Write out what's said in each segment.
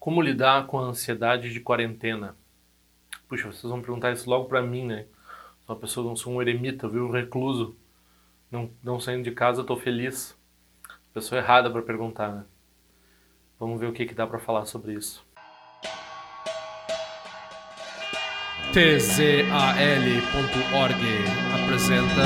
Como lidar com a ansiedade de quarentena? Puxa, vocês vão perguntar isso logo pra mim, né? Sou uma pessoa, não sou um eremita, viu? Um recluso. Não saindo de casa, eu tô feliz. Pessoa errada pra perguntar, né? Vamos ver o que dá pra falar sobre isso. tzal.org apresenta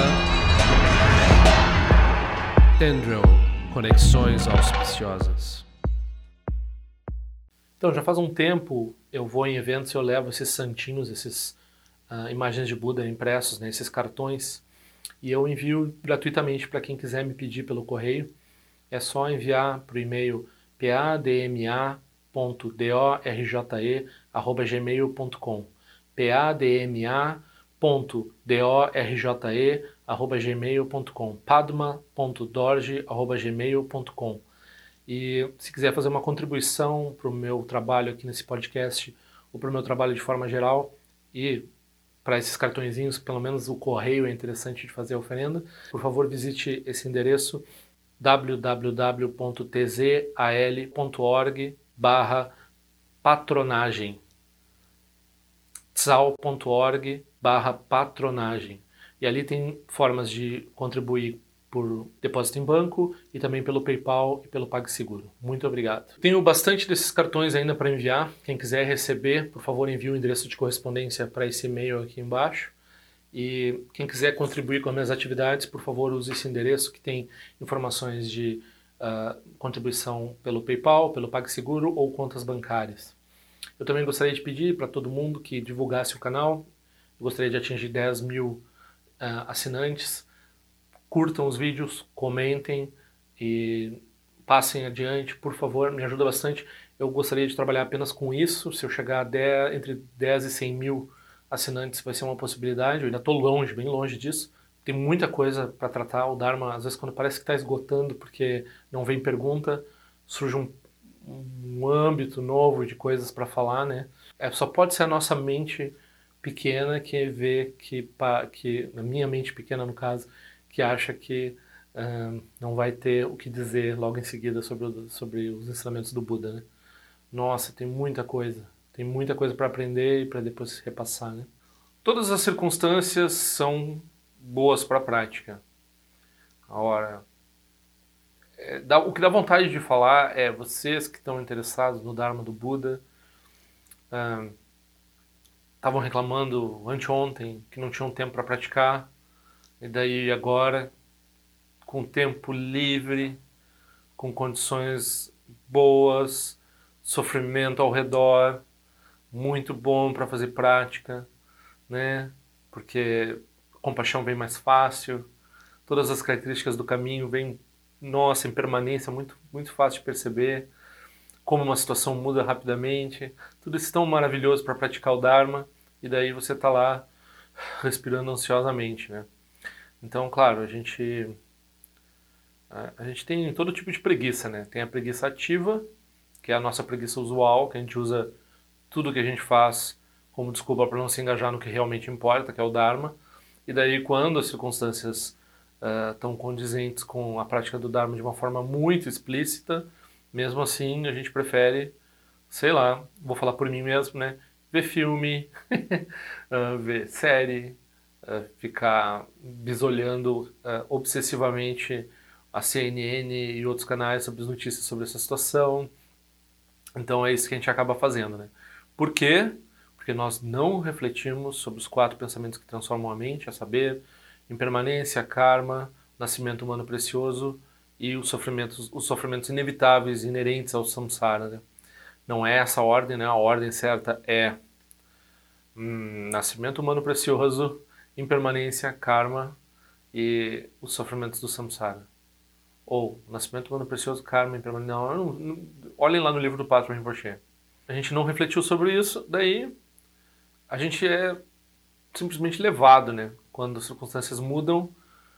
Tendril, Conexões Auspiciosas. Então, já faz um tempo eu vou em eventos e eu levo esses santinhos, esses imagens de Buda impressos, né, esses cartões, e eu envio gratuitamente para quem quiser me pedir pelo correio. É só enviar para o e-mail padma.dorje@gmail.com padma.dorje@gmail.com padma.dorje@gmail.com. E se quiser fazer uma contribuição para o meu trabalho aqui nesse podcast, ou para o meu trabalho de forma geral, e para esses cartõezinhos, pelo menos o correio é interessante de fazer a oferenda, por favor visite esse endereço www.tzal.org/patronagem tzal.org/patronagem. E ali tem formas de contribuir por depósito em banco e também pelo PayPal e pelo PagSeguro. Muito obrigado. Tenho bastante desses cartões ainda para enviar. Quem quiser receber, por favor, envie o endereço de correspondência para esse e-mail aqui embaixo. E quem quiser contribuir com as minhas atividades, por favor, use esse endereço que tem informações de contribuição pelo PayPal, pelo PagSeguro ou contas bancárias. Eu também gostaria de pedir para todo mundo que divulgasse o canal. Eu gostaria de atingir 10 mil assinantes. Curtam os vídeos, comentem e passem adiante, por favor, me ajuda bastante. Eu gostaria de trabalhar apenas com isso. Se eu chegar entre 10 e 100 mil assinantes vai ser uma possibilidade. Eu ainda estou longe, bem longe disso. Tem muita coisa para tratar. O Dharma, às vezes, quando parece que está esgotando porque não vem pergunta, surge um âmbito novo de coisas para falar, né? Só pode ser a nossa mente pequena que vê que na minha mente pequena, no caso, que acha que não vai ter o que dizer logo em seguida sobre os ensinamentos do Buda, né? Nossa, tem muita coisa para aprender e para depois se repassar, né? Todas as circunstâncias são boas para a prática. Agora, o que dá vontade de falar é vocês que estão interessados no Dharma do Buda estavam reclamando anteontem que não tinham tempo para praticar, e daí agora, com tempo livre, com condições boas, sofrimento ao redor, muito bom para fazer prática, né? Porque a compaixão vem mais fácil, todas as características do caminho vêm, nossa, em permanência, muito, muito fácil de perceber, como uma situação muda rapidamente, tudo isso é tão maravilhoso para praticar o Dharma, e daí você está lá respirando ansiosamente, né? Então, claro, a gente tem todo tipo de preguiça, né? Tem a preguiça ativa, que é a nossa preguiça usual, que a gente usa tudo que a gente faz como desculpa para não se engajar no que realmente importa, que é o Dharma. E daí, quando as circunstâncias estão condizentes com a prática do Dharma de uma forma muito explícita, mesmo assim a gente prefere, sei lá, vou falar por mim mesmo, né? Ver filme, ver série, ficar bisolhando obsessivamente a CNN e outros canais sobre as notícias sobre essa situação. Então é isso que a gente acaba fazendo, né? Por quê? Porque nós não refletimos sobre os 4 pensamentos que transformam a mente, a saber, impermanência, karma, nascimento humano precioso e os sofrimentos inevitáveis inerentes ao samsara, né? Não é essa a ordem, né? A ordem certa é nascimento humano precioso, impermanência, karma e os sofrimentos do samsara. Ou nascimento humano precioso, karma, impermanência. Não, olhem lá no livro do Patrão Rinpoche. A gente não refletiu sobre isso, daí a gente é simplesmente levado, né? Quando as circunstâncias mudam,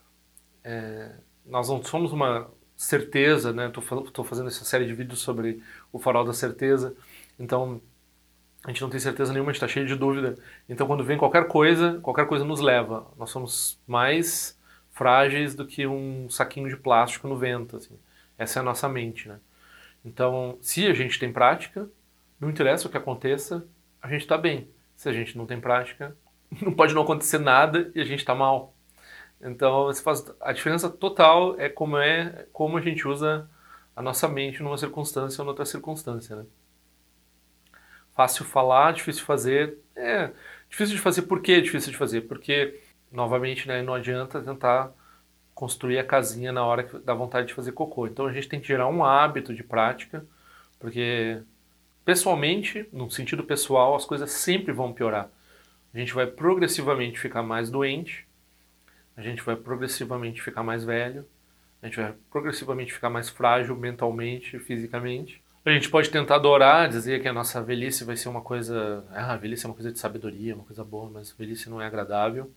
nós não somos uma certeza, né? Estou fazendo essa série de vídeos sobre o farol da certeza, então a gente não tem certeza nenhuma, a gente está cheio de dúvida. Então quando vem qualquer coisa nos leva. Nós somos mais frágeis do que um saquinho de plástico no vento, assim. Essa é a nossa mente, né? Então, se a gente tem prática, Não interessa o que aconteça, a gente está bem. Se a gente não tem prática, não pode não acontecer nada e a gente está mal. Então, a diferença total é como a gente usa a nossa mente numa circunstância ou noutra circunstância, né? Fácil falar, difícil fazer. Difícil de fazer. Por que é difícil de fazer? Porque, novamente, né, não adianta tentar construir a casinha na hora que dá vontade de fazer cocô. Então a gente tem que gerar um hábito de prática, porque pessoalmente, no sentido pessoal, as coisas sempre vão piorar. A gente vai progressivamente ficar mais doente, a gente vai progressivamente ficar mais velho, a gente vai progressivamente ficar mais frágil mentalmente, fisicamente. A gente pode tentar adorar, dizer que a nossa velhice vai ser uma coisa... a velhice é uma coisa de sabedoria, uma coisa boa, mas velhice não é agradável.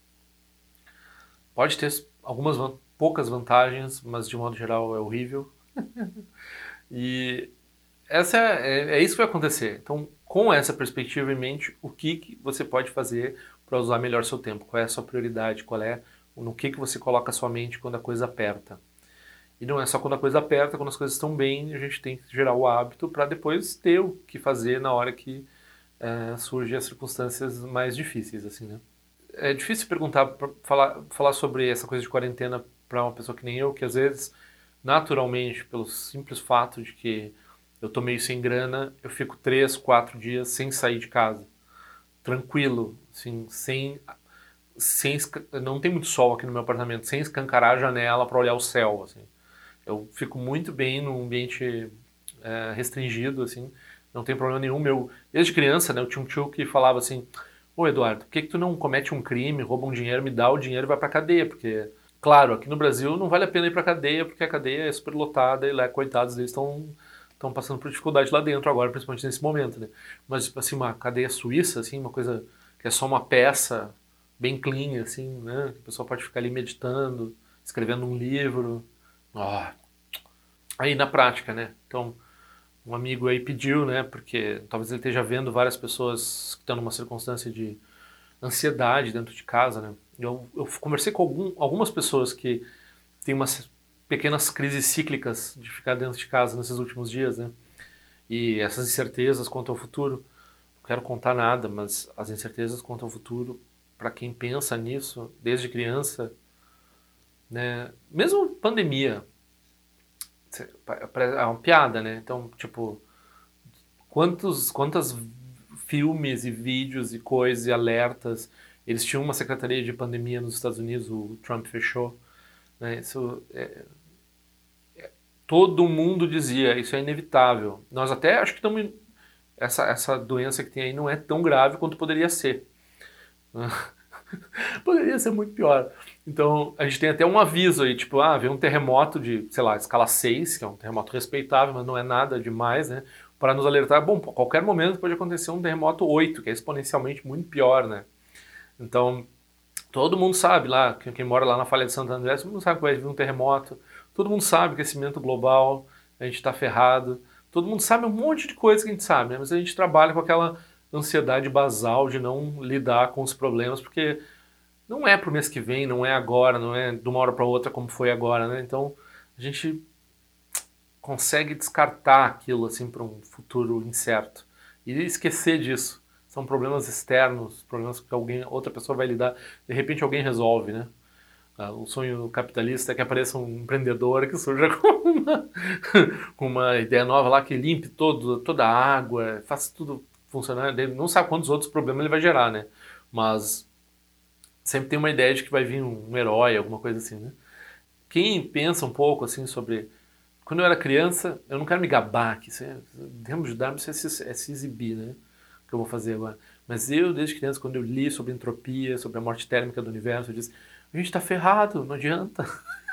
Pode ter poucas vantagens, mas de modo geral é horrível. E é isso que vai acontecer. Então, com essa perspectiva em mente, o que você pode fazer para usar melhor seu tempo? Qual é a sua prioridade? No que você coloca a sua mente quando a coisa aperta? E não é só quando a coisa aperta, quando as coisas estão bem, a gente tem que gerar o hábito para depois ter o que fazer na hora que surgem as circunstâncias mais difíceis, assim, né? É difícil falar sobre essa coisa de quarentena para uma pessoa que nem eu, que às vezes, naturalmente, pelo simples fato de que eu tô meio sem grana, eu fico 3, 4 dias sem sair de casa. Tranquilo, assim, não tem muito sol aqui no meu apartamento, sem escancarar a janela para olhar o céu, assim. Eu fico muito bem num ambiente restringido, assim, não tem problema nenhum. Desde criança, né, eu tinha um tio que falava assim: ô Eduardo, por que tu não comete um crime, rouba um dinheiro, me dá o dinheiro e vai pra cadeia? Porque, claro, aqui no Brasil não vale a pena ir pra cadeia, porque a cadeia é super lotada e lá, coitados, eles estão passando por dificuldade lá dentro agora, principalmente nesse momento, né? Mas, tipo assim, uma cadeia suíça, assim, uma coisa que é só uma peça bem clean, assim, né? Que a pessoa pode ficar ali meditando, escrevendo um livro. Aí na prática, né? Então, um amigo aí pediu, né? Porque talvez ele esteja vendo várias pessoas que estão numa circunstância de ansiedade dentro de casa, né? Eu conversei com algumas pessoas que têm umas pequenas crises cíclicas de ficar dentro de casa nesses últimos dias, né? E essas incertezas quanto ao futuro, não quero contar nada, mas as incertezas quanto ao futuro, para quem pensa nisso desde criança, né? Mesmo pandemia, é uma piada, né? Então, tipo, quantas filmes e vídeos e coisas e alertas. Eles tinham uma secretaria de pandemia nos Estados Unidos, o Trump fechou, né? Todo mundo dizia, isso é inevitável. Nós até acho que estamos... Essa doença que tem aí não é tão grave quanto poderia ser. Poderia ser muito pior. Então, a gente tem até um aviso aí, tipo, veio um terremoto de, sei lá, escala 6, que é um terremoto respeitável, mas não é nada demais, né? Para nos alertar, bom, a qualquer momento pode acontecer um terremoto 8, que é exponencialmente muito pior, né? Então, todo mundo sabe lá, quem mora lá na Falha de Santo André, todo mundo sabe que vai vir um terremoto, todo mundo sabe aquecimento global, a gente está ferrado, todo mundo sabe um monte de coisa que a gente sabe, né? Mas a gente trabalha com aquela ansiedade basal de não lidar com os problemas, porque não é pro mês que vem, não é agora, não é de uma hora para outra como foi agora, né? Então, a gente consegue descartar aquilo assim para um futuro incerto e esquecer disso. São problemas externos, problemas que outra pessoa vai lidar, de repente alguém resolve, né? O sonho capitalista é que apareça um empreendedor que surja com uma ideia nova lá que limpe toda a água, faça tudo funcionar. Ele não sabe quantos outros problemas ele vai gerar, né? Mas sempre tem uma ideia de que vai vir um herói, alguma coisa assim, né? Quem pensa um pouco assim sobre... Quando eu era criança, eu não quero me gabar aqui, devemos ajudar-me a se exibir, né? O que eu vou fazer agora. Mas desde criança, quando eu li sobre entropia, sobre a morte térmica do universo, eu disse, a gente tá ferrado, não adianta.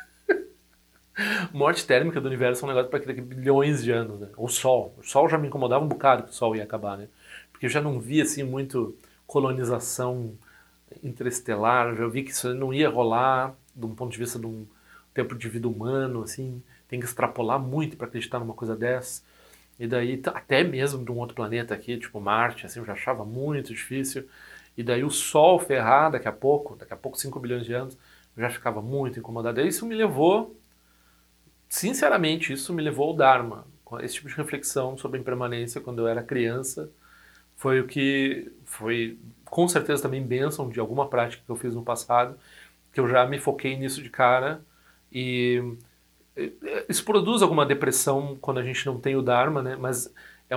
Morte térmica do universo é um negócio para daqui a bilhões de anos, né? O Sol já me incomodava um bocado que o Sol ia acabar, né? Porque eu já não via, assim, muito colonização interestelar, já vi que isso não ia rolar, de um ponto de vista de um tempo de vida humano, assim, tem que extrapolar muito para acreditar numa coisa dessa. E daí, até mesmo de um outro planeta aqui, tipo Marte, assim, eu já achava muito difícil. E daí o Sol ferrar daqui a pouco 5 bilhões de anos, eu já ficava muito incomodado. E isso me levou, sinceramente, isso me levou ao Dharma. esse tipo de reflexão sobre impermanência quando eu era criança foi o que foi, com certeza, também bênção de alguma prática que eu fiz no passado, que eu já me foquei nisso de cara, e isso produz alguma depressão quando a gente não tem o Dharma, né? Mas é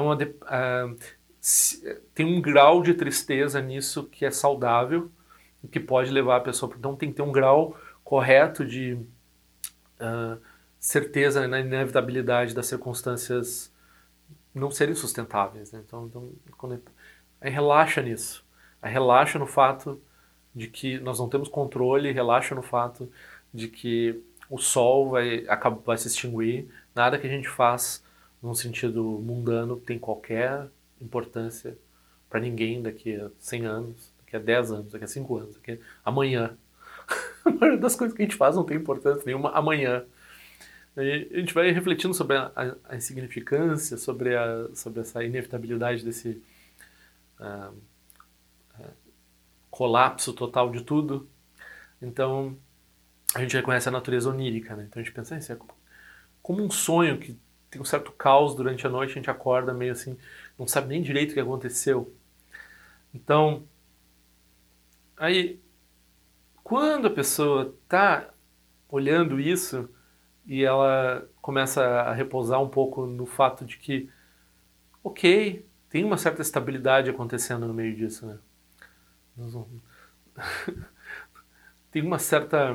tem um grau de tristeza nisso que é saudável, que pode levar a pessoa... Então tem que ter um grau correto de certeza na inevitabilidade das circunstâncias não serem sustentáveis, né? Então aí relaxa nisso. Aí relaxa no fato de que nós não temos controle, relaxa no fato de que o sol vai se extinguir, nada que a gente faz num sentido mundano tem qualquer importância para ninguém daqui a 100 anos, daqui a 10 anos, daqui a 5 anos, daqui a amanhã. A maioria das coisas que a gente faz não tem importância nenhuma amanhã. A gente vai refletindo sobre a insignificância, sobre essa inevitabilidade desse colapso total de tudo. Então, a gente reconhece a natureza onírica, né? Então a gente pensa, isso é como um sonho que tem um certo caos durante a noite, a gente acorda meio assim, não sabe nem direito o que aconteceu. Então, aí, quando a pessoa está olhando isso e ela começa a repousar um pouco no fato de que, ok, tem uma certa estabilidade acontecendo no meio disso, né? Tem uma certa...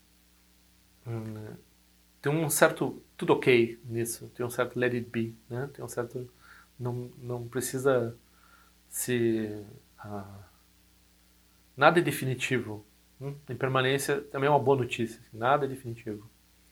tem um certo tudo ok nisso, tem um certo let it be, né? Tem um certo não precisa se nada é definitivo. Impermanência também é uma boa notícia, nada é definitivo.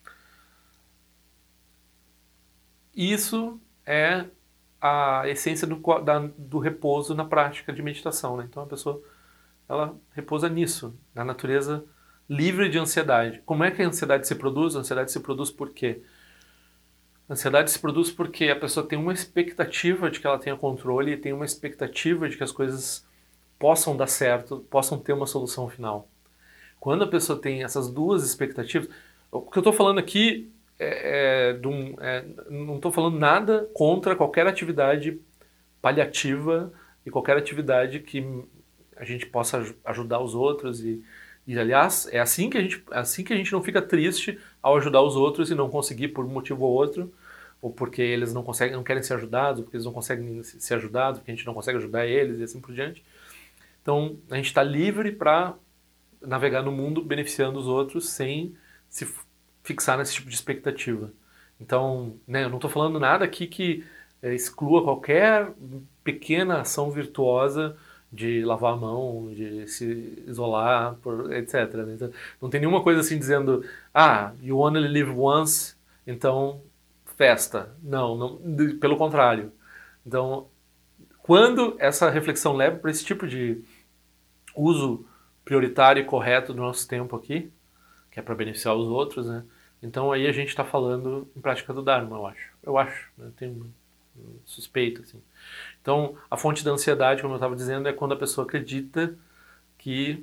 Isso é a essência do repouso na prática de meditação, né? Então a pessoa ela repousa nisso, na natureza livre de ansiedade. Como é que a ansiedade se produz? A ansiedade se produz por quê? A ansiedade se produz porque a pessoa tem uma expectativa de que ela tenha controle e tem uma expectativa de que as coisas possam dar certo, possam ter uma solução final. Quando a pessoa tem essas duas expectativas... O que eu estou falando aqui não estou falando nada contra qualquer atividade paliativa e qualquer atividade que a gente possa ajudar os outros e aliás, é assim que a gente não fica triste ao ajudar os outros e não conseguir por um motivo ou outro, ou porque eles não querem ser ajudados, ou porque eles não conseguem ser ajudados, porque a gente não consegue ajudar eles e assim por diante. Então, a gente está livre para navegar no mundo beneficiando os outros sem se fixar nesse tipo de expectativa. Então, né, eu não estou falando nada aqui que exclua qualquer pequena ação virtuosa de lavar a mão, de se isolar, etc. Então, não tem nenhuma coisa assim dizendo you only live once, então festa. Não, pelo contrário. Então, quando essa reflexão leva para esse tipo de uso prioritário e correto do nosso tempo aqui, que é para beneficiar os outros, né? Então aí a gente está falando em prática do Dharma, eu acho. Eu tenho suspeito, assim. Então, a fonte da ansiedade, como eu estava dizendo, é quando a pessoa acredita que...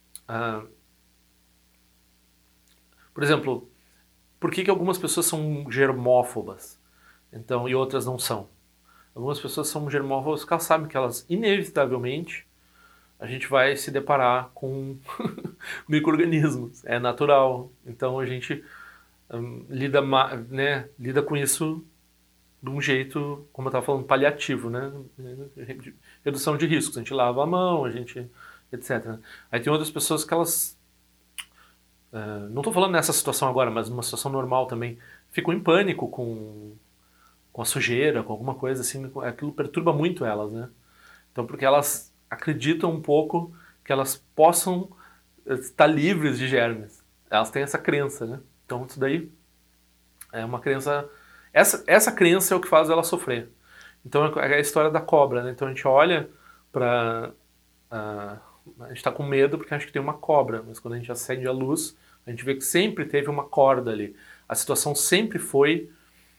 por exemplo, por que algumas pessoas são germófobas então, e outras não são? Algumas pessoas são germófobas porque elas sabem que elas, inevitavelmente, a gente vai se deparar com micro-organismos. É natural. Então, a gente lida com isso de um jeito, como eu estava falando, paliativo, né? Redução de riscos. A gente lava a mão, etc. Aí tem outras pessoas que elas... não estou falando nessa situação agora, mas numa situação normal também, ficam em pânico com a sujeira, com alguma coisa assim. Aquilo perturba muito elas, né? Então, porque elas acreditam um pouco que elas possam estar livres de germes. Elas têm essa crença, né? Então, isso daí é uma crença... Essa crença é o que faz ela sofrer. Então é a história da cobra, né? Então a gente olha para... a gente está com medo porque acha que tem uma cobra, mas quando a gente acende a luz, a gente vê que sempre teve uma corda ali. A situação sempre foi...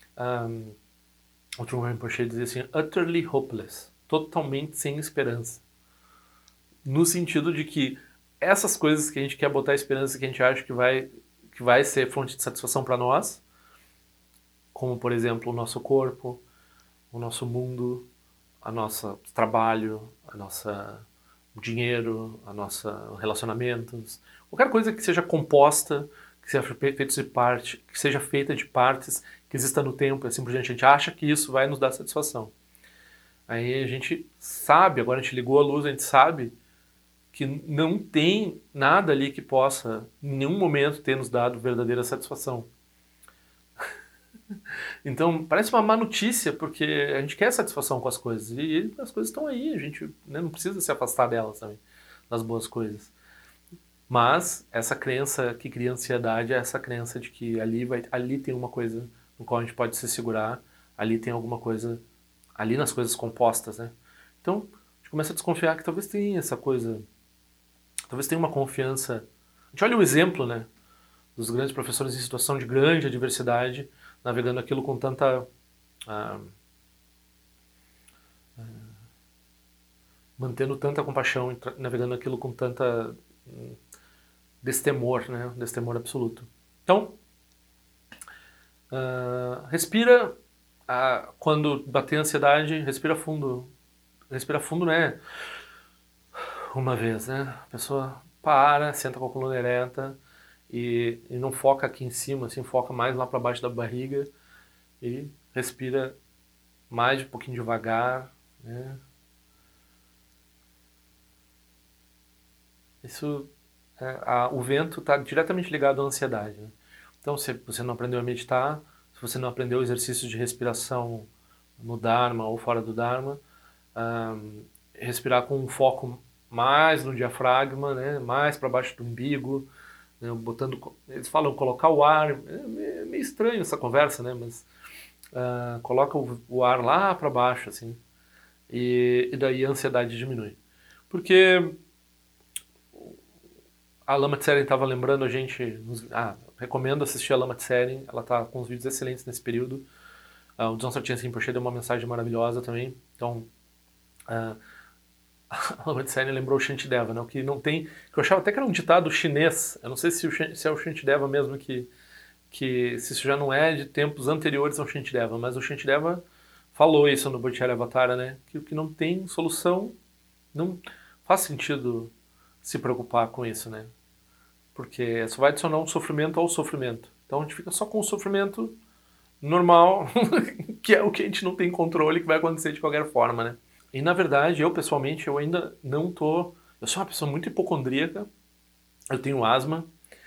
o Trungpa Rinpoche dizia assim, utterly hopeless, totalmente sem esperança. No sentido de que essas coisas que a gente quer botar esperança, que a gente acha que vai ser fonte de satisfação para nós, como, por exemplo, o nosso corpo, o nosso mundo, a nossa trabalho, o dinheiro, relacionamentos, qualquer coisa que seja composta, que seja feita de partes, que exista no tempo, assim por diante. A gente acha que isso vai nos dar satisfação. Aí a gente sabe, agora a gente ligou a luz, a gente sabe que não tem nada ali que possa, em nenhum momento, ter nos dado verdadeira satisfação. Então, parece uma má notícia, porque a gente quer satisfação com as coisas, e as coisas estão aí, a gente, né, não precisa se afastar delas também, das boas coisas. Mas essa crença que cria ansiedade é essa crença de que ali tem uma coisa no qual a gente pode se segurar, ali tem alguma coisa, ali nas coisas compostas, né? Então, a gente começa a desconfiar que talvez tenha essa coisa, talvez tenha uma confiança. A gente olha o exemplo, né, dos grandes professores em situação de grande adversidade, navegando aquilo com tanta... mantendo tanta compaixão, navegando aquilo com tanta... destemor, né? Destemor absoluto. Então, respira, quando bater a ansiedade, respira fundo. Respira fundo, né? Uma vez, né? A pessoa para, senta com a coluna ereta e não foca aqui em cima, assim, foca mais lá para baixo da barriga e respira mais um pouquinho devagar, né? Isso... o vento está diretamente ligado à ansiedade, né? Então, se você não aprendeu a meditar, se você não aprendeu exercícios de respiração no Dharma ou fora do Dharma, respirar com um foco mais no diafragma, né? Mais para baixo do umbigo, né? Eles falam colocar o ar, é meio estranho essa conversa, né? Mas coloca o ar lá para baixo, assim, e daí a ansiedade diminui. Porque... a Lama Tseren estava lembrando a gente... recomendo assistir a Lama Tseren, ela está com uns vídeos excelentes nesse período. O Dzongsa Rinpoche Rinpoche deu uma mensagem maravilhosa também. Então, a Lama Tseren lembrou o Shantideva, né? O que não tem... que eu achava até que era um ditado chinês. Eu não sei se é o Shantideva mesmo que se isso já não é de tempos anteriores ao Shantideva, mas o Shantideva falou isso no Bodhicharyavatara, né? Que o que não tem solução, não faz sentido se preocupar com isso, né? Porque isso vai adicionar um sofrimento ao sofrimento. Então a gente fica só com o sofrimento normal, que é o que a gente não tem controle, que vai acontecer de qualquer forma, né? E na verdade, eu pessoalmente, eu ainda não tô... eu sou uma pessoa muito hipocondríaca, eu tenho asma,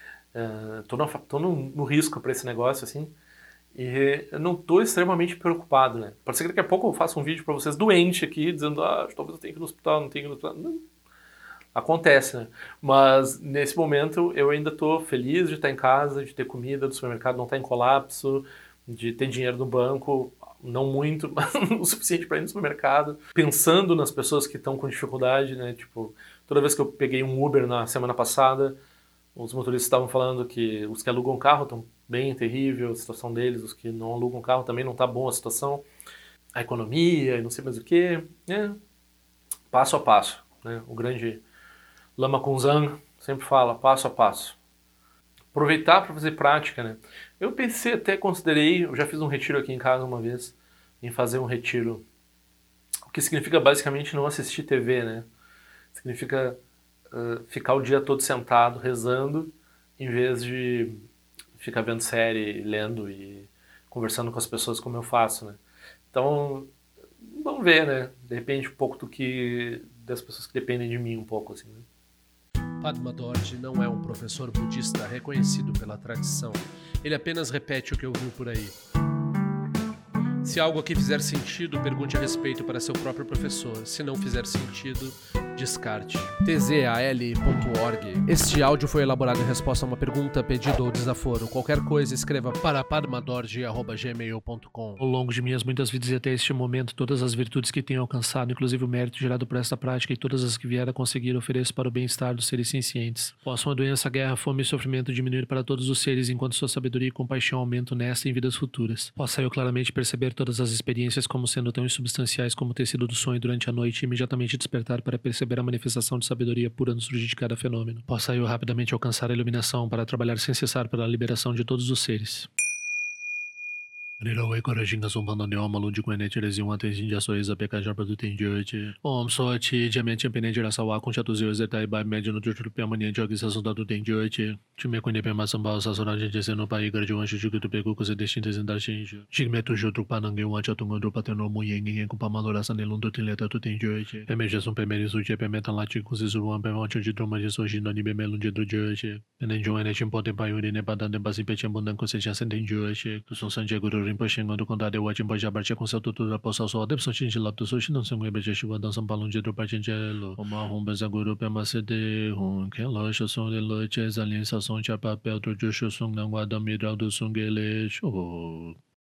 tô no risco para esse negócio, assim, e eu não tô extremamente preocupado, né? Pode ser que daqui a pouco eu faça um vídeo para vocês doente aqui, dizendo, talvez eu tenha que ir no hospital, não tenho que ir no hospital. Não. Acontece, né? Mas nesse momento eu ainda estou feliz de estar em casa, de ter comida do supermercado, não estar em colapso, de ter dinheiro no banco, não muito, mas o suficiente para ir no supermercado. Pensando nas pessoas que estão com dificuldade, né? Tipo, toda vez que eu peguei um Uber na semana passada, os motoristas estavam falando que os que alugam carro estão bem terrível a situação deles, os que não alugam carro também não está bom a situação, a economia e não sei mais o que, né? Passo a passo, né? O grande Lama Kunzang sempre fala, passo a passo. Aproveitar para fazer prática, né? Eu considerei, eu já fiz um retiro aqui em casa uma vez, em fazer um retiro, o que significa basicamente não assistir TV, né? Significa ficar o dia todo sentado, rezando, em vez de ficar vendo série, lendo e conversando com as pessoas como eu faço, né? Então, vamos ver, né? Depende um pouco das pessoas que dependem de mim um pouco, assim, né? Padma Dorje não é um professor budista reconhecido pela tradição. Ele apenas repete o que ouviu por aí. Se algo aqui fizer sentido, pergunte a respeito para seu próprio professor. Se não fizer sentido, descarte. tzal.org. Este áudio foi elaborado em resposta a uma pergunta, pedido ou desaforo. Qualquer coisa, escreva para padmadorje@gmail.com. Ao longo de minhas muitas vidas e até este momento, todas as virtudes que tenho alcançado, inclusive o mérito gerado por esta prática e todas as que vier a conseguir, ofereço para o bem-estar dos seres sencientes. Possam a doença, a guerra, a fome e o sofrimento diminuir para todos os seres, enquanto sua sabedoria e compaixão aumentam nesta e em vidas futuras. Possa eu claramente perceber todas as experiências como sendo tão insubstanciais como o tecido do sonho durante a noite e imediatamente despertar para perceber a manifestação de sabedoria pura no surgir de cada fenômeno. Possa eu rapidamente alcançar a iluminação para trabalhar sem cessar pela liberação de todos os seres. Nirawe Korajinga Sumpano Neoma Lundi Quenetes e uma Tenzinha Soeza Pecajar para do Tendiante. Só te Diamante Penente Sawa com Chatuzios e Taibai Médio no Jutru Permanente a Guisa Sunda do Tendiante. Time Quene Pema Samba Sassora Gente no Pai Gardiwan Chuchu do Pegu com os distintos em Dashinjo. Chigmeto Jutru Panangue um Chatungo do Pateno Muyengue com Pamalora Sanelundo Tileta do Tendiante. Emeja Sum Pemeri Suja Pemetan Lati com Zisuan Pemonte de Druma de Sojino Nibe Melun de Drujante. Penenjo Enetim Potem Paiuri Nepadan de Basipetiam Bundan com Seja Sentendiante. Que são Sanjaguru Rinpoche do condado o Wajin Bajabartia com seu tutor da poça só de Sochin de Lapto Sochi não se mueve de chuva dançam balão de do Pachinjelo o marrom bezaguru Pemacede Hun que loja som de lote as alianças são de papel do Jushu Sung não guarda miral do Sungele show